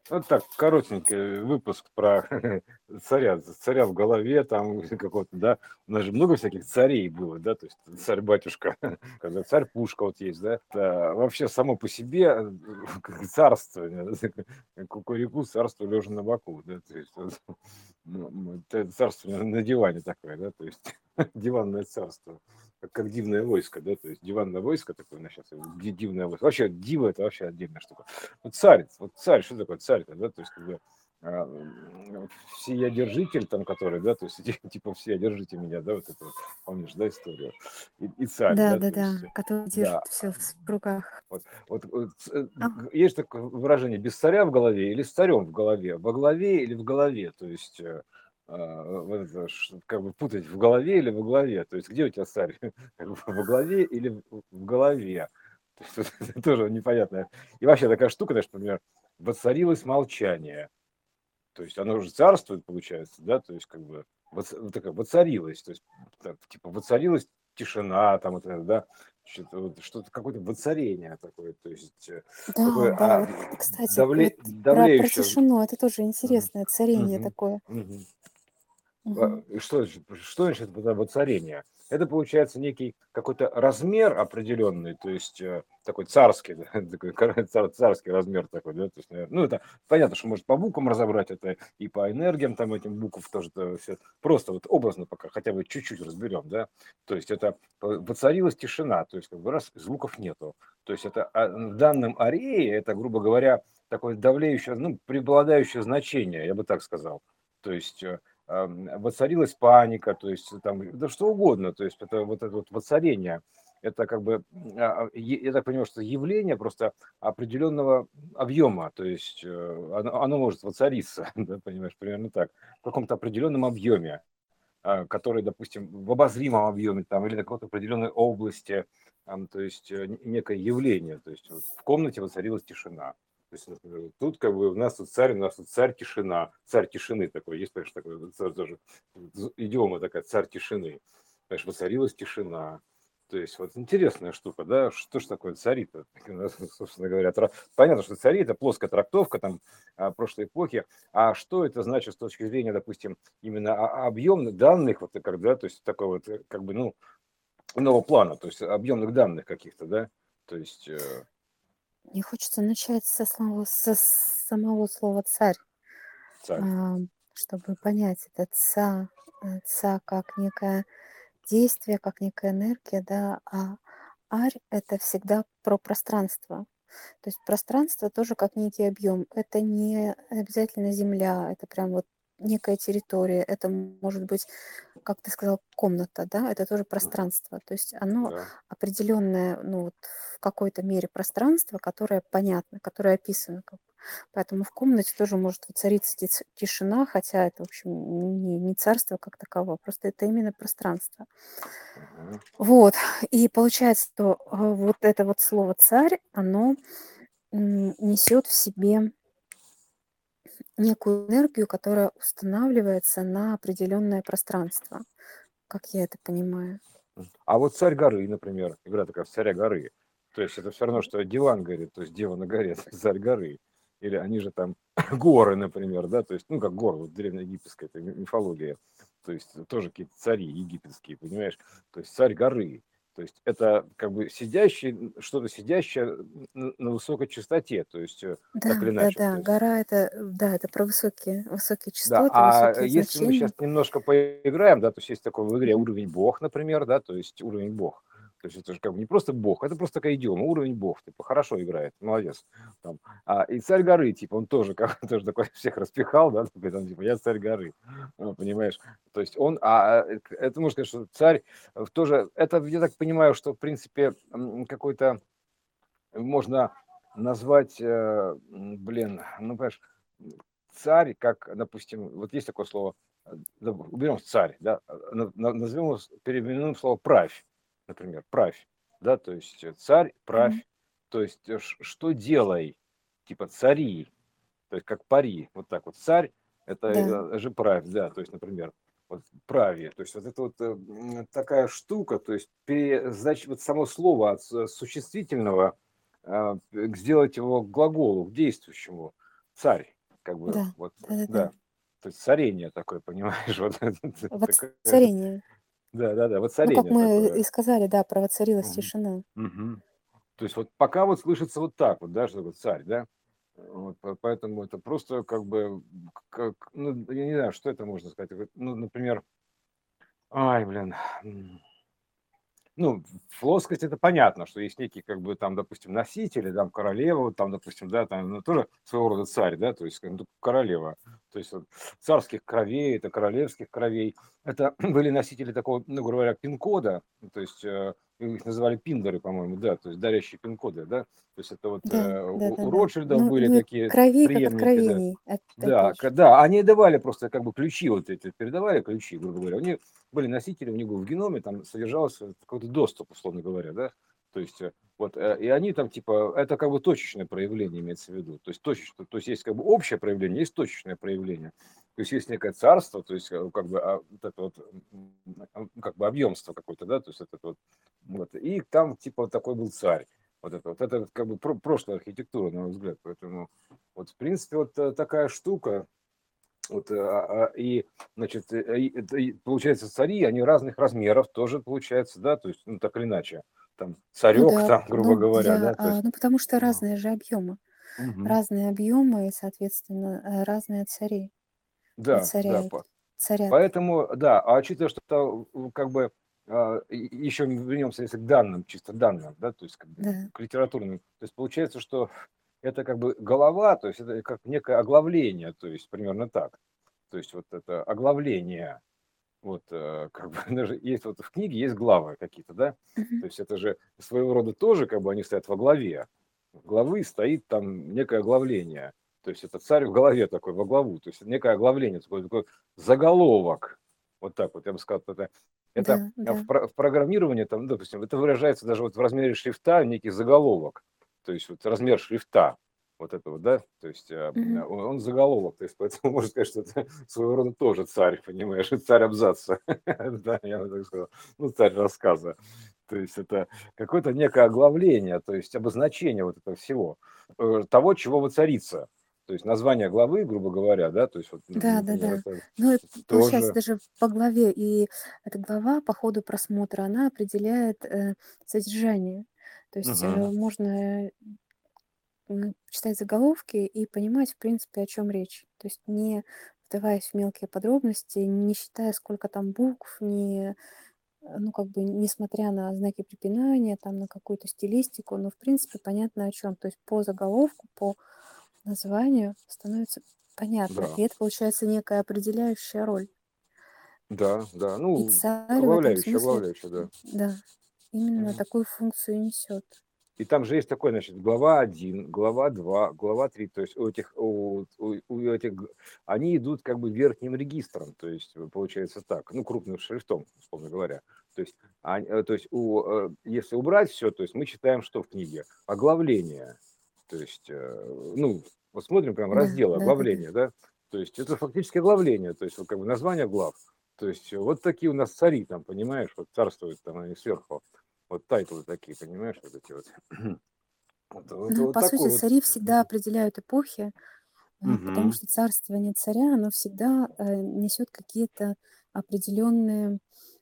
Вот так, коротенький выпуск про царя в голове, там какого-то, да. У нас же много всяких царей было, да, то есть царь-батюшка, когда царь-пушка вот есть, да. Вообще само по себе как царствование, да, кукуреку, царство лежа на боку, да, то есть вот, это царствование на диване такое, да, то есть диванное царство, как дивное войско, да, то есть диванное войско такое, у нас сейчас дивное войско. Вообще дива это вообще отдельная штука. Вот царь, что такое царь-то, да, то есть, как бы, всеядержитель там, который, да, то есть, типа, всеядержите меня, да, вот это вот, помнишь, да, историю, и царь, да, то есть, Да-да-да, который держит да, все в руках. А, есть такое выражение, без царя в голове или с царем в голове, во главе или в голове, то есть, вот это как бы путать в голове или во главе, то есть, где у тебя царь, как бы во главе или в голове, то есть, это тоже непонятно. И вообще такая штука, знаешь, например, воцарилось молчание. То есть оно уже царствует, получается, да, то есть как бы вот такая воцарилась, то есть так, типа воцарилась тишина, там вот это, да, что-то какое-то воцарение такое, то есть да, такое да, вот, кстати, вот про давлеющее. тишину это тоже Мгм, интересное царение мгм, такое. мгм. Мгм. Что значит это воцарение? Это получается некий какой-то размер определенный, то есть такой царский, да, такой царский размер такой, да, то есть, ну это понятно, что может по буквам разобрать это и по энергиям там этим букв тоже все просто вот образно пока хотя бы чуть-чуть разберем, да, то есть это воцарилась тишина, то есть как бы раз звуков нету, то есть это в данном арее это, грубо говоря, такое давлеющее, ну, преобладающее значение, я бы так сказал, то есть воцарилась паника, то есть там, да что угодно, то есть это вот это вот воцарение, это как бы, я так понимаю, что явление просто определенного объема, то есть оно может воцариться, да, понимаешь, примерно так, в каком-то определенном объеме, который, допустим, в обозримом объеме там, или на какой-то определенной области, то есть некое явление, то есть вот в комнате воцарилась тишина. То есть, например, вот тут как бы у нас тут царь тишина, царь тишины такой, есть, конечно, такой царь тоже, идиома такая, царь тишины. Понимаешь, воцарилась тишина. То есть вот интересная штука, да, что ж такое цари-то, собственно говоря. Понятно, что цари это плоская трактовка там прошлой эпохи, а что это значит с точки зрения, допустим, именно объем данных, вот как, да, то есть такой вот, как бы, ну, иного плана, то есть объемных данных каких-то, да, то есть Мне хочется начать со самого слова царь, царь. а, чтобы понять это ца как некое действие, как некая энергия, да, а арь это всегда про пространство. То есть пространство тоже как некий объем. Это не обязательно земля, это прям вот некая территория. Это может быть, как ты сказал, комната, да, это тоже Мгм. пространство. То есть оно Да. определенное, ну вот в какой-то мере пространство, которое понятно, которое описано. Как бы. Поэтому в комнате тоже может воцариться тишина, хотя это, в общем, не царство как таковое, просто это именно пространство. Мгм. Вот. И получается, что вот это вот слово царь, оно несет в себе некую энергию, которая устанавливается на определенное пространство, как я это понимаю. А вот царь горы, например, игра такая в царя горы. То есть это все равно, что диван горит, то есть дева на горе, царь горы. Или они же там горы, например, да, то есть, ну, как горы, вот древнеегипетская это мифология. То есть тоже какие-то цари египетские, понимаешь? То есть царь горы. То есть это как бы сидящий, что-то сидящее на высокой частоте, то есть так Да, или иначе. да-да, То есть гора да, это про высокие да, частоты, а высокие если мы сейчас значения. немножко поиграем, да, то есть есть такой в игре Мгм. уровень бог, например, да, то есть уровень бог. То есть это же как бы не просто бог, это просто такая идиома, уровень бог, типа хорошо играет, молодец. Там. И царь горы, типа, он тоже, как, тоже такой всех распихал, да, такой, там, типа, я царь горы, понимаешь. То есть он, это можно сказать, что царь тоже, это, я так понимаю, что, в принципе, какой-то можно назвать, ну, понимаешь, царь, как, допустим, вот есть такое слово, уберем царь, да, назовем его, переименуем слово правь, например, правь, да, то есть царь, Мгм. правь, то есть что делай, типа цари, то есть как пари, вот так вот, царь, это Да, же правь, да, то есть, например, вот праве, то есть вот это вот такая штука, то есть значит, вот само слово от существительного сделать его к глаголу, к действующему, царь. как бы Да, вот, да-да-да. да. То есть царение такое, понимаешь, вот такое, Воцарение. да-да-да, Ну, как воцарение мы такое. и сказали, да, про воцарилась Мгм. тишина. Мгм. То есть вот пока вот слышится вот так вот, да, что такое царь, да? Вот, поэтому это просто как бы, ну, я не знаю, что это можно сказать. Вот, ну, например, ай, блин, м, ну, плоскость это понятно, что есть некие, как бы, там, допустим, носители, там, королева, вот там, допустим, да, там, ну, тоже своего рода царь, да, то есть, как бы, королева, то есть, вот, царских кровей, это королевских кровей, это были носители такого, ну, грубо говоря, пин-кода, то есть, их называли пиндеры, по-моему, да, то есть, дарящие пин-коды, да, то есть, это вот Да, у да-да-да. Ротшильдов Ну, были ну и такие кровей как преемники, да, откровений, да, опять же. да, они давали просто как бы ключи вот эти, передавали ключи, грубо говоря. У них были носители, у них был в геноме, там содержался какой-то доступ, условно говоря, да. То есть вот, и они там типа, это как бы точечное проявление имеется в виду. То есть точечно, то есть есть как бы общее проявление, есть точечное проявление. То есть есть некое царство, то есть как бы вот это вот как бы объемство какое-то, да, то есть это вот, и там типа вот такой был царь. Вот это вот как бы прошлая архитектура, на мой взгляд, поэтому вот, в принципе, вот такая штука. Вот, и, значит, получается, цари, они разных размеров тоже, получается, да, то есть, ну, так или иначе, там, Ну царек, да, там, грубо ну говоря, да, то есть, ну потому что ну, мгм. разные объемы и, соответственно, разные цари Да, да, воцаряют, царят. поэтому, да, а учитывая, что это, как бы, еще вернемся, если к данным, чисто данным, да, то есть, как бы, Да. к литературным, то есть, получается, что это как бы голова, то есть, это как некое оглавление, то есть, примерно так, то есть, вот это оглавление. Вот, как бы даже есть вот в книге есть главы какие-то, да, Мгм. то есть это же своего рода тоже, как бы они стоят во главе. В главы стоит там некое оглавление. То есть это царь в голове такой, во главу. То есть некое оглавление, такой заголовок. Вот так вот, я бы сказал, это Да, да. в программировании, там, ну, допустим, это выражается даже вот в размере шрифта, некий заголовок. То есть вот размер шрифта. Вот это вот, да, то есть Мгм. он заголовок, то есть поэтому можно сказать, что это своего рода тоже царь, понимаешь, царь абзаца, да, я бы так сказал, ну, царь рассказа, то есть это какое-то некое оглавление, то есть обозначение вот этого всего, того, чего воцарится, то есть название главы, грубо говоря, да, то есть вот, например, Да-да-да. это Ну и получается тоже, даже по главе, и эта глава по ходу просмотра, она определяет, содержание. То есть, мгм, можно, читать заголовки и понимать, в принципе, о чем речь. То есть не вдаваясь в мелкие подробности, не считая, сколько там букв, ну, как бы, несмотря на знаки препинания, там, на какую-то стилистику, но, в принципе, понятно о чем. То есть по заголовку, по названию становится понятно. да, И это получается некая определяющая роль. да, да, И ну, царь в этом оглавляющий, смысле, оглавляющий, да. да, именно такую функцию несет. И там же есть такой, значит, глава один, глава 2, глава 3. То есть у этих, они идут как бы верхним регистром, то есть получается так, ну, крупным шрифтом, условно говоря. То есть, то есть если убрать все, то есть мы читаем, что в книге? Оглавление. То есть, ну, вот смотрим прям Да, раздел да-да-да. оглавление, да? То есть это фактически оглавление, то есть вот как бы название глав. То есть вот такие у нас цари там, понимаешь, вот царствуют там они сверху. Вот тайтлы такие, понимаешь, вот эти вот. Ну, Вот по сути, такой вот. цари всегда определяют эпохи, потому Мгм. что царствование царя, оно всегда несет какие-то определенные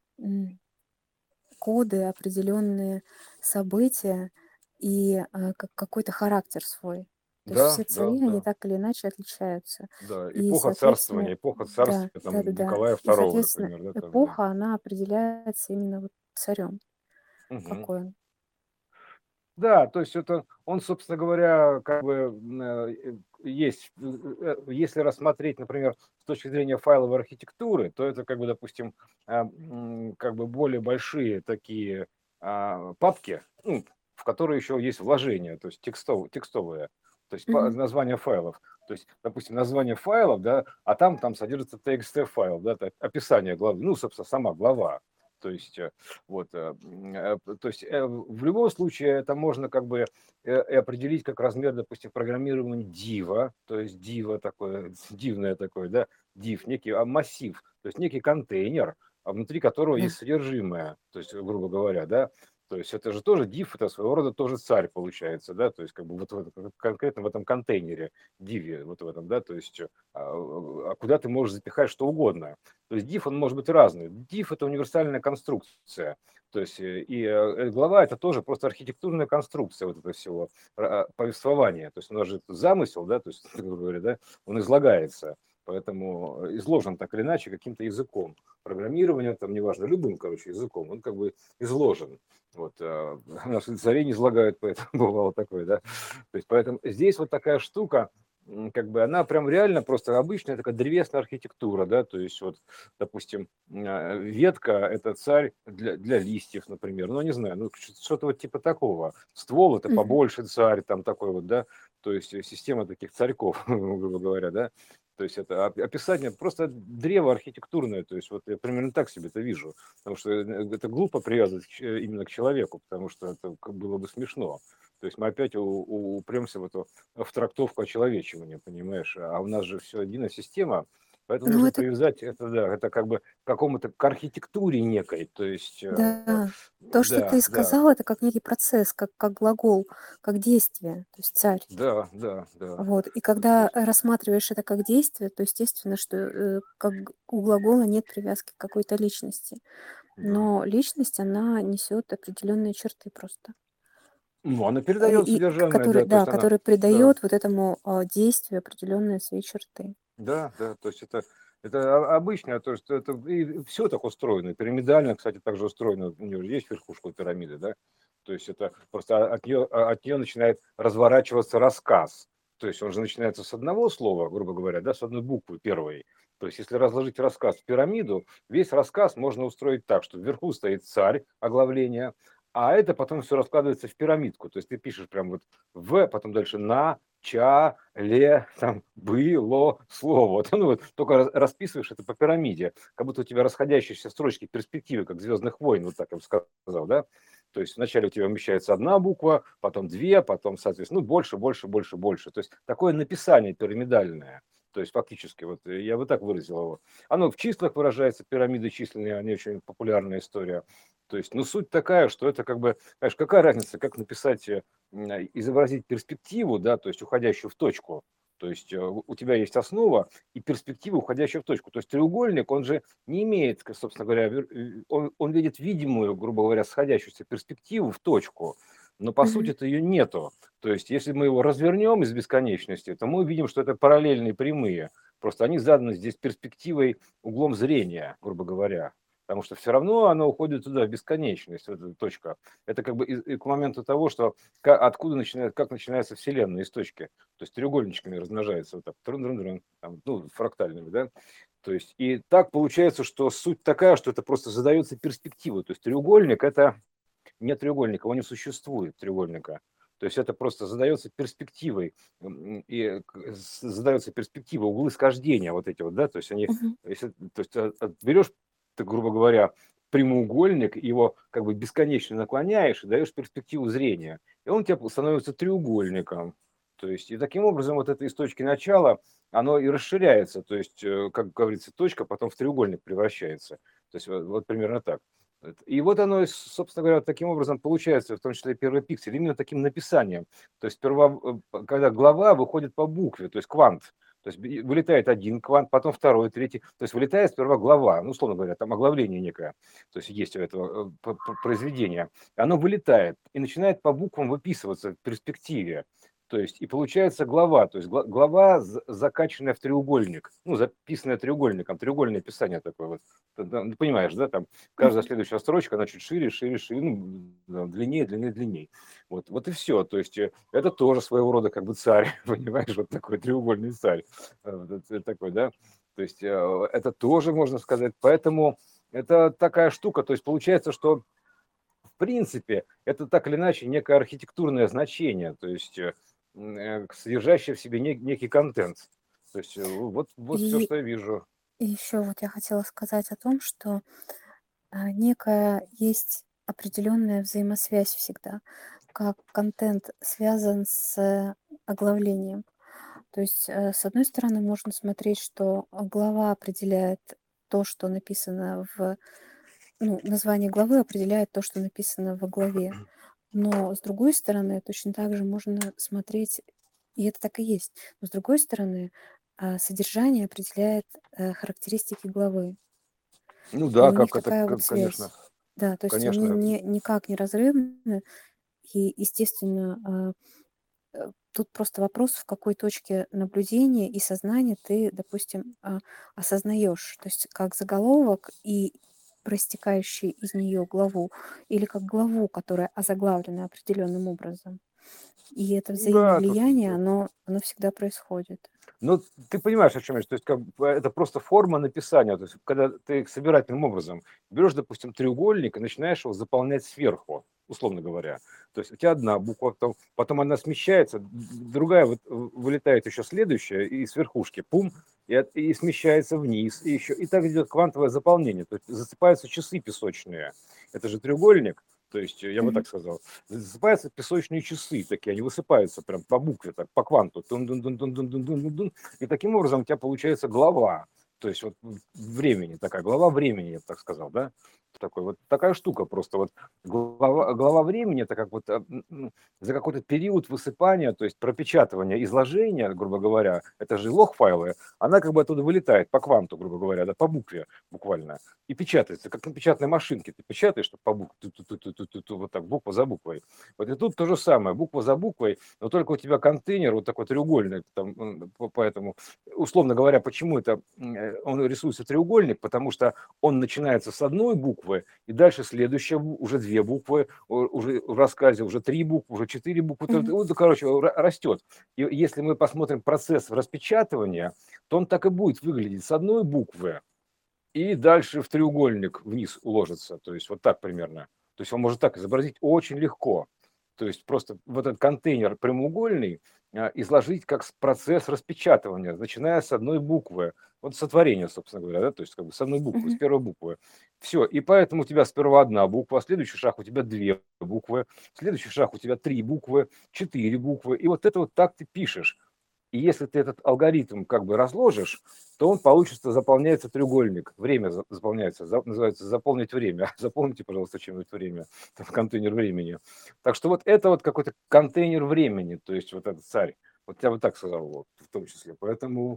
коды, определенные события и какой-то характер свой. То есть Да, все да, цари, они да, так или иначе отличаются. да. И, Эпоха соответственно, царствования, эпоха да, царствия там да-да-да. Николая И, II, соответственно, например, да, там, да. эпоха, она определяется именно вот царем, Мгм. какой он. Да, то есть это он, собственно говоря, как бы есть, если рассмотреть, например, с точки зрения файловой архитектуры, то это как бы, допустим, как бы более большие такие папки, ну, в которые еще есть вложения, то есть текстовые, то есть Мгм. название файлов. То есть, допустим, название файлов, да, а там содержится TXT файл, да, описание главы, ну, собственно, сама глава. То есть вот, то есть в любом случае это можно как бы и определить как размер, допустим, программирования дива, то есть дива такое, дивное такое, да, див, некий массив, то есть некий контейнер, внутри которого Да. есть содержимое, то есть, грубо говоря, да, То есть это же тоже div, это своего рода тоже царь получается, да, то есть как бы вот в конкретно в этом контейнере div, вот в этом, да, то есть куда ты можешь запихать что угодно. То есть div, он может быть разный. Div это универсальная конструкция, то есть глава это тоже просто архитектурная конструкция вот этого всего повествования. То есть у нас же замысел, да, то есть, грубо говоря, да, он излагается. Поэтому изложен так или иначе каким-то языком. Программирование, там, неважно, любым, короче, языком, он как бы изложен. Вот, наши цари не излагают, поэтому бывало такое, да. То есть, поэтому здесь вот такая штука, как бы она прям реально просто обычная такая древесная архитектура, да, то есть вот, допустим, ветка – это царь для листьев, например, ну, не знаю, ну, что-то вот типа такого. Ствол – это Мгм. побольше царь, там такой вот, да, то есть система таких царьков, грубо говоря, да. То есть это описание просто древо архитектурное, то есть вот я примерно так себе это вижу, потому что это глупо привязывать именно к человеку, потому что это было бы смешно. То есть мы опять упремся в эту в трактовку очеловечивания, понимаешь? А у нас же все единая система, поэтому Ну, нужно это привязать это, да, это как бы к какому-то к архитектуре некой, то есть да. То, что да, ты да, сказал, это как некий процесс, как глагол, как действие, то есть царь. да, да, да. Вот. И То когда есть, рассматриваешь это как действие, то естественно, что как у глагола нет привязки к какой-то личности. да. Но личность, она несет определенные черты просто. Ну, она передает И содержание, который, да, то да, есть она, который да, придает вот этому действию определенные свои черты. да, да, то есть это обычно, то есть это и все так устроено. Пирамидально, кстати, также устроено. У него же есть верхушка у пирамиды, да? То есть это просто от нее начинает разворачиваться рассказ. То есть он же начинается с одного слова, грубо говоря, да, с одной буквы первой. То есть если разложить рассказ в пирамиду, весь рассказ можно устроить так, что вверху стоит царь, оглавление, а это потом все раскладывается в пирамидку. То есть ты пишешь прям вот в, потом дальше на, ча, ле, там, было слово. Вот, ну, вот, только расписываешь это по пирамиде, как будто у тебя расходящиеся строчки перспективы, как «Звездных войн», вот так я бы сказал, да? То есть вначале у тебя умещается одна буква, потом две, потом, соответственно, ну, больше, больше, больше, больше. То есть такое написание пирамидальное. То есть фактически, вот я бы так выразил его. Оно в числах выражается, пирамиды численные, они очень популярная история. То есть, ну, суть такая, что это как бы, знаешь, какая разница, как написать изобразить перспективу, да, то есть уходящую в точку. То есть у тебя есть основа и перспектива, уходящая в точку. То есть треугольник, он же не имеет, собственно говоря, он видит видимую, грубо говоря, сходящуюся перспективу в точку, но по Мгм. сути-то ее нету. То есть если мы его развернем из бесконечности, то мы увидим, что это параллельные прямые. Просто они заданы здесь перспективой, углом зрения, грубо говоря. Потому что все равно оно уходит туда, в бесконечность, вот эта точка. Это как бы и к моменту того, что откуда начинает, как начинается Вселенная из точки. То есть треугольничками размножается вот так, там, ну, фрактальными, да. То есть и так получается, что суть такая, что это просто задается перспектива. То есть треугольник – это не треугольник, его не существует треугольника. То есть это просто задается перспективой, и задается перспектива, углы схождения вот эти вот, да, то есть они, Мгм. если, то есть берешь, ты, грубо говоря, прямоугольник, его как бы бесконечно наклоняешь и даешь перспективу зрения, и он у тебя становится треугольником. То есть и таким образом вот это из точки начала, оно и расширяется, то есть, как говорится, точка потом в треугольник превращается. То есть вот примерно так. И вот оно, собственно говоря, таким образом получается, в том числе первый пиксель, именно таким написанием. То есть когда глава выходит по букве, то есть квант. То есть вылетает один квант, потом второй, третий. То есть вылетает сперва глава, ну, условно говоря, там оглавление некое. То есть есть у этого произведения. Оно вылетает и начинает по буквам выписываться в перспективе. То есть и получается глава, то есть глава, закачанная в треугольник, ну, записанная треугольником, треугольное писание такое вот. Ты понимаешь, да, там каждая Мгм. следующая строчка, она чуть шире, шире, шире, ну, длиннее, длиннее, длиннее. Вот и все. То есть это тоже своего рода как бы царь, понимаешь, вот такой треугольный царь. Вот такой, да. То есть это тоже можно сказать. Поэтому это такая штука. То есть получается, что в принципе это так или иначе некое архитектурное значение, то есть содержащее в себе некий контент. То есть вот все, И что я вижу. еще вот я хотела сказать о том, что некая есть определенная взаимосвязь всегда, как контент связан с оглавлением. То есть, с одной стороны, можно смотреть, что глава определяет то, что написано в ну, название главы определяет то, что написано во главе. Но с другой стороны, точно так же можно смотреть, и это так и есть. Но с другой стороны, содержание определяет характеристики главы. Ну И да, у них как это, такая вот конечно, связь. Да, то есть они конечно. никак не разрывны. И, естественно, тут просто вопрос, в какой точке наблюдения и сознания ты, допустим, осознаешь. То есть как заголовок и проистекающий из нее главу, или как главу, которая озаглавлена определенным образом. И это Да, взаимовлияние, оно всегда происходит. ну, ты понимаешь, о чем речь. То есть, как бы, это просто форма написания. То есть, когда ты собирательным образом берешь, допустим, треугольник и начинаешь его заполнять сверху, условно говоря. То есть, у тебя одна буква, потом она смещается, другая вот вылетает еще следующая и с верхушки, пум, и смещается вниз, и еще. И так идет квантовое заполнение. То есть, засыпаются часы песочные. Это же треугольник. То есть, я бы Мгм. так сказал, засыпаются песочные часы такие, они высыпаются прям по букве, так, по кванту. Тун-дун-дун-дун-дун-дун-дун-дун. И таким образом у тебя получается глава, то есть вот времени такая, глава времени, я бы так сказал, да? Такой вот такая штука просто вот глава времени это как вот за какой-то период высыпания, то есть пропечатывания, изложения, грубо говоря, это же лог-файлы, она как бы оттуда вылетает по кванту, грубо говоря, да, по букве буквально, и печатается, как на печатной машинке, ты печатаешь по букве, вот так, буква за буквой. Вот и тут то же самое, буква за буквой, но только у тебя контейнер вот такой треугольный, там, поэтому, условно говоря, почему это он рисуется треугольник, потому что он начинается с одной буквы, и дальше следующая, уже две буквы, уже в рассказе уже три буквы, уже четыре буквы, Мгм. вот, короче, растет. И если мы посмотрим процесс распечатывания, то он так и будет выглядеть с одной буквы, и дальше в треугольник вниз уложится, то есть вот так примерно. То есть он может так изобразить очень легко. То есть просто вот этот контейнер прямоугольный изложить как процесс распечатывания, начиная с одной буквы. Вот сотворение, собственно говоря, да, то есть как бы с одной буквы, с Мгм. первой буквы. Все, и поэтому у тебя сперва одна буква, следующий шаг у тебя две буквы, следующий шаг у тебя три буквы, четыре буквы, и вот это вот так ты пишешь. И если ты этот алгоритм как бы разложишь, то он получится, заполняется треугольник. Время заполняется, называется заполнить время. Заполните, пожалуйста, чем-нибудь время, там, контейнер времени. Так что вот это вот какой-то контейнер времени, то есть вот этот царь. Вот я бы так сказал, вот, в том числе. Поэтому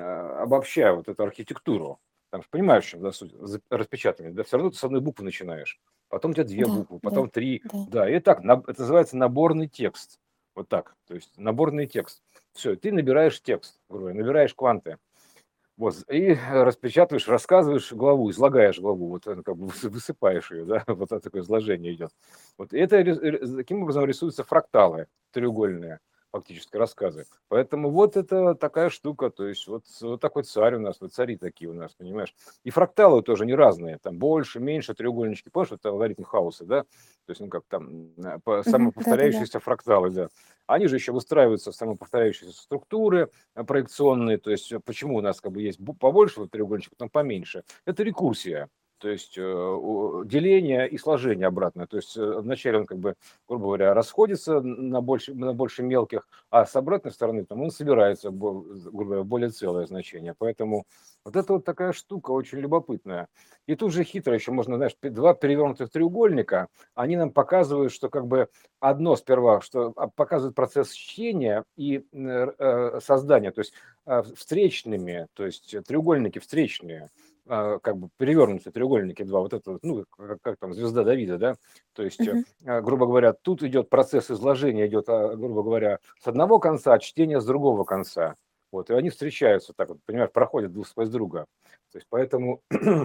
обобщая вот эту архитектуру, там же понимаешь, в чем да, суть распечатывания, да, все равно ты с одной буквы начинаешь, потом у тебя две Да, буквы, да, потом три, да. да, и так, это называется наборный текст, вот так, то есть наборный текст. Все, ты набираешь текст, грубо говоря, набираешь кванты. Вот, и распечатываешь, рассказываешь главу, излагаешь главу, вот как бы высыпаешь ее, да, вот такое изложение идет. Вот и это таким образом рисуются фракталы треугольные, фактически рассказы. Поэтому вот это такая штука, то есть вот такой царь у нас, вот цари такие у нас, понимаешь. И фракталы тоже не разные, там больше, меньше треугольнички, помнишь, это алгоритм хаоса, да? То есть, ну как там, Мгм. Да-да-да. самоповторяющиеся фракталы, да. Они же еще выстраиваются в самоповторяющиеся структуры, проекционные, то есть почему у нас как бы есть побольше вот треугольничек, потом поменьше. Это рекурсия, то есть деление и сложение обратно. То есть вначале он как бы, грубо говоря, расходится на больше мелких, а с обратной стороны там он собирается, грубо говоря, в более целое значение. Поэтому вот это вот такая штука очень любопытная. И тут же хитро еще можно, знаешь, два перевернутых треугольника, они нам показывают, что как бы одно сперва, что показывает процесс чтения и создания, то есть встречными, то есть треугольники встречные, как бы перевернутые треугольники два, вот это, вот, ну, как там, звезда Давида, да, то есть, Мгм. грубо говоря, тут идет процесс изложения, идет, грубо говоря, с одного конца, а чтение с другого конца, вот, и они встречаются так вот, понимаешь, проходят друг сквозь друга, то есть, поэтому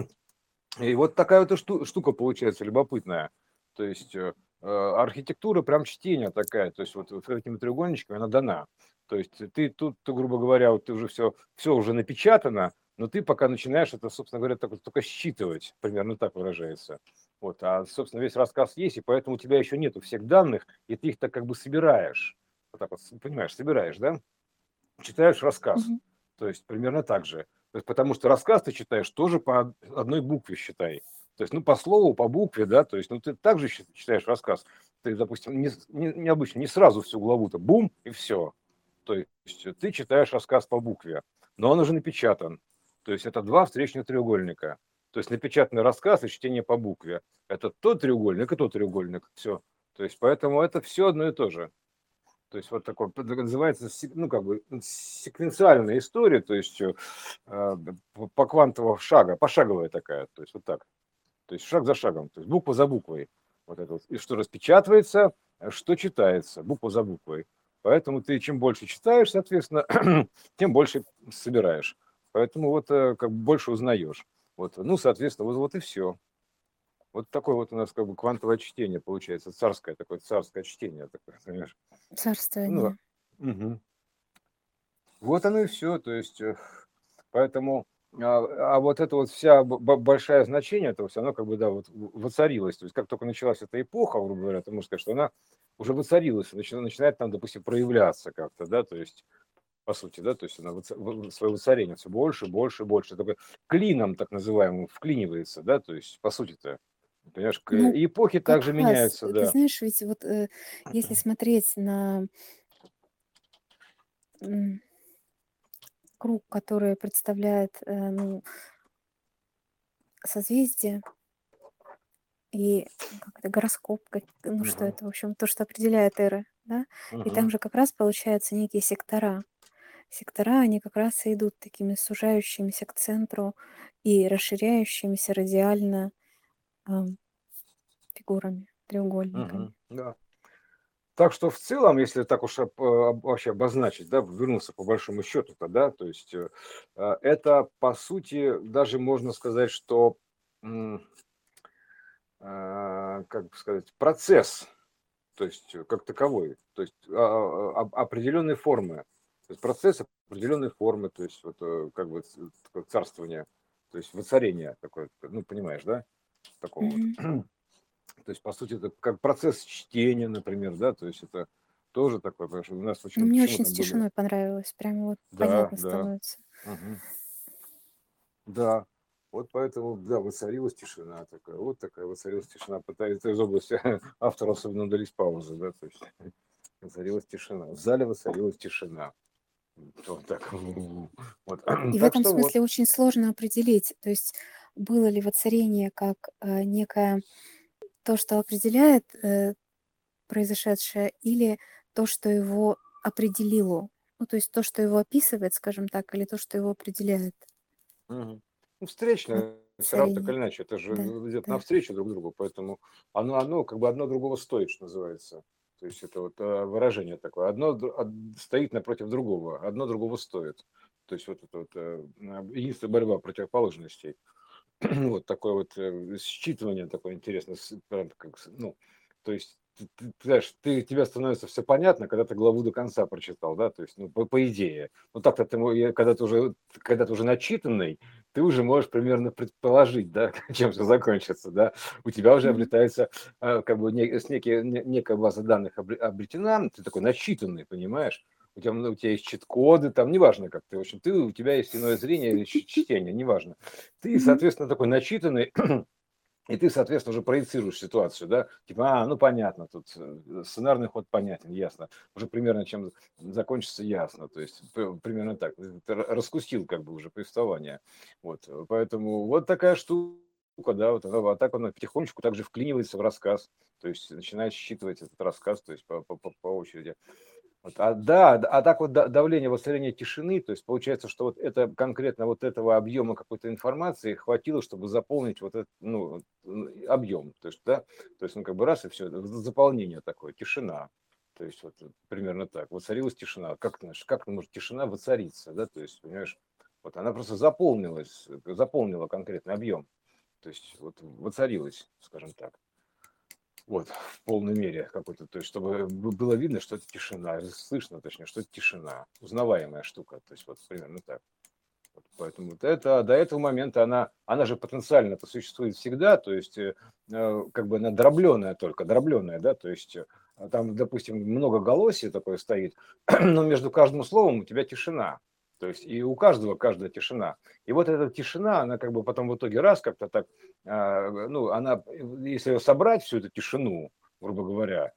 и вот такая вот штука получается любопытная. То есть архитектура прям чтения такая, то есть вот этими треугольничками она дана. То есть ты тут, грубо говоря, вот ты уже все уже напечатано, но ты пока начинаешь это, собственно говоря, так вот только считывать, примерно так выражается. Вот, а, собственно, весь рассказ есть, и поэтому у тебя еще нету всех данных, и ты их так как бы собираешь. Вот так вот, понимаешь, собираешь, да? Читаешь рассказ. Мгм. То есть примерно так же. То есть, потому что рассказ ты читаешь тоже по одной букве, считай. То есть, ну, по слову, по букве, да, то есть, ну, ты также читаешь рассказ. Ты, допустим, необычно, не сразу всю главу-то, бум, и все. То есть, ты читаешь рассказ по букве, но он уже напечатан. То есть, это два встречных треугольника. То есть напечатанный рассказ и чтение по букве. Это тот треугольник и тот треугольник. Все. То есть поэтому это все одно и то же. То есть вот такое называется, ну, как бы секвенциальная история, то есть по квантового шага, пошаговая такая, то есть вот так. То есть шаг за шагом, то есть буква за буквой. Вот это вот. И что распечатывается, что читается, буква за буквой. Поэтому ты чем больше читаешь, соответственно, тем больше собираешь. Поэтому вот как бы больше узнаешь. Вот, ну, соответственно, вот и все. Вот такое вот у нас как бы квантовое чтение получается, царское такое, царское чтение такое, понимаешь? Ну, Царствование. мгм. Вот оно и все. То есть, поэтому, вот это вот вся большое значение этого, все оно как бы, да, вот воцарилось. То есть, как только началась эта эпоха, грубо говоря, то можно сказать, что она уже воцарилась, начинает там, допустим, проявляться как-то, да, то есть, по сути, да, то есть она свое воцарение все больше, больше, больше, такой клином так называемым вклинивается, да, то есть, по сути-то, понимаешь, Ну, и эпохи как также раз, меняются, ты да. знаешь, ведь вот если смотреть на м, круг, который представляет ну, созвездие и как это, гороскоп, ну что Мгм, это, в общем, то, что определяет эры, да, и там мгм, же как раз получаются некие сектора. Сектора, они как раз и идут такими сужающимися к центру и расширяющимися радиально ам, фигурами, треугольниками. мгм, да. Так что в целом, если так уж вообще обозначить, да, вернуться по большому счету-то, да, то есть это по сути даже можно сказать, что м, как бы сказать, процесс, то есть как таковой, то есть определенные формы, то есть процесс определенной формы, то есть вот как бы такое царствование, то есть воцарение такое, ну понимаешь, да, такого вот. Мгм. То есть, по сути, это как процесс чтения, например, да, то есть это тоже такое, потому что у нас Но очень, мне почему очень с там были, тишиной понравилось, прям вот да, понятно да, становится. мгм, да, вот поэтому, да, воцарилась тишина такая, вот такая воцарилась тишина, пытается из области автора особенно удались паузы, да, то есть воцарилась тишина, в зале воцарилась тишина, вот так, вот, И в так этом что вот. смысле очень сложно определить, то есть было ли воцарение как некое то, что определяет произошедшее, или то, что его определило. Ну, то есть то, что его описывает, скажем так, или то, что его определяет. Мгм. Ну, встречное, все равно так Воцарение. или иначе, это же Да, идет да. навстречу друг другу, поэтому оно как бы одно другого стоит, что называется. То есть это вот выражение такое. Одно стоит напротив другого, одно другого стоит. То есть вот это вот единственная борьба противоположностей. Вот такое вот считывание такое интересное, прям как, ну, то есть ты знаешь, тебе становится все понятно, когда ты главу до конца прочитал, да, то есть, ну, по идее. Ну, так-то когда ты уже начитанный, ты уже можешь примерно предположить, да, чем все закончится, да. У тебя уже Мгм. обретается, как бы, некая база данных обретена, ты такой начитанный, понимаешь? У тебя есть чит-коды, там, неважно как ты, в общем, у тебя есть иное зрение или чтение, неважно. Ты, Мгм. соответственно, такой начитанный, и ты, соответственно, уже проецируешь ситуацию, да, типа, ну понятно, тут сценарный ход понятен, ясно, уже примерно чем закончится ясно, то есть примерно так, ты раскусил как бы уже повествование, вот, поэтому вот такая штука, да, вот, а так он потихонечку также вклинивается в рассказ, то есть начинает считывать этот рассказ, то есть по очереди. Вот, так вот давление воцарения тишины, то есть получается, что вот это конкретно вот этого объема какой-то информации хватило, чтобы заполнить вот этот, ну, объем, то есть, да, то есть, ну, как бы раз и все, заполнение такое, тишина, то есть вот примерно так, воцарилась тишина, как, знаешь, как может тишина воцариться, да, то есть, понимаешь, вот она просто заполнилась, заполнила конкретный объем, то есть вот воцарилась, скажем так. Вот, в полной мере какой-то, то есть, чтобы было видно, что это тишина, слышно, точнее, что это тишина, узнаваемая штука, то есть, вот примерно так. Вот, поэтому вот это, до этого момента она же потенциально-то существует всегда, то есть, как бы она дробленая, да, то есть, там, допустим, многоголосие такое стоит, но между каждым словом у тебя тишина, то есть, и у каждого каждая тишина. И вот эта тишина, она как бы потом в итоге раз как-то так, ну, она, если ее собрать, всю эту тишину, грубо говоря,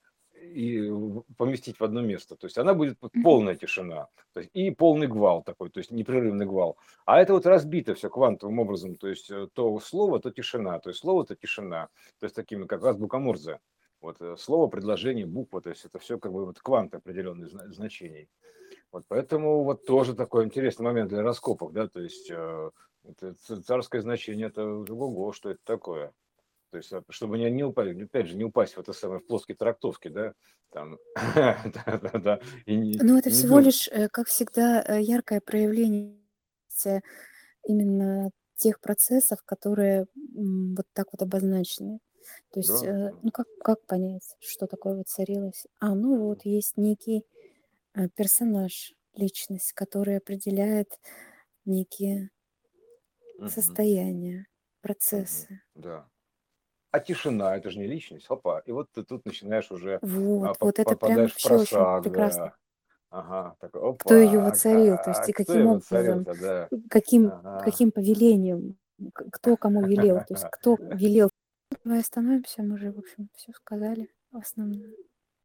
и поместить в одно место. То есть она будет полная тишина, то есть и полный гвал такой, то есть непрерывный гвал. А это вот разбито все квантовым образом, то есть то слово, то тишина, то есть слово, то тишина, то есть такими как азбука Морзе. Вот слово, предложение, буква, то есть это все как бы вот квант определенных значений. Вот поэтому вот тоже такой интересный момент для раскопок, да, то есть это царское значение, это ого, что это такое? То есть, чтобы не упасть, опять же, не упасть в это самое, в плоские трактовки, да, там, да, Но это и не всего думать, лишь, как всегда, яркое проявление именно тех процессов, которые вот так вот обозначены. То есть, да, ну как понять, что такое воцарилось? Ну вот есть некий персонаж, личность, который определяет некие мгм, состояния, мгм, процессы. да. А тишина, это же не личность, опа, и вот ты тут начинаешь уже, Вот это прям попадаешь в вообще очень просак, прекрасно. да, ага, такой, Кто ее опа, воцарил, то есть и кто каким его образом, царил-то, да, каким, ага. каким повелением, кто кому велел, то есть кто велел. Давай остановимся, мы же, в общем, все сказали основное.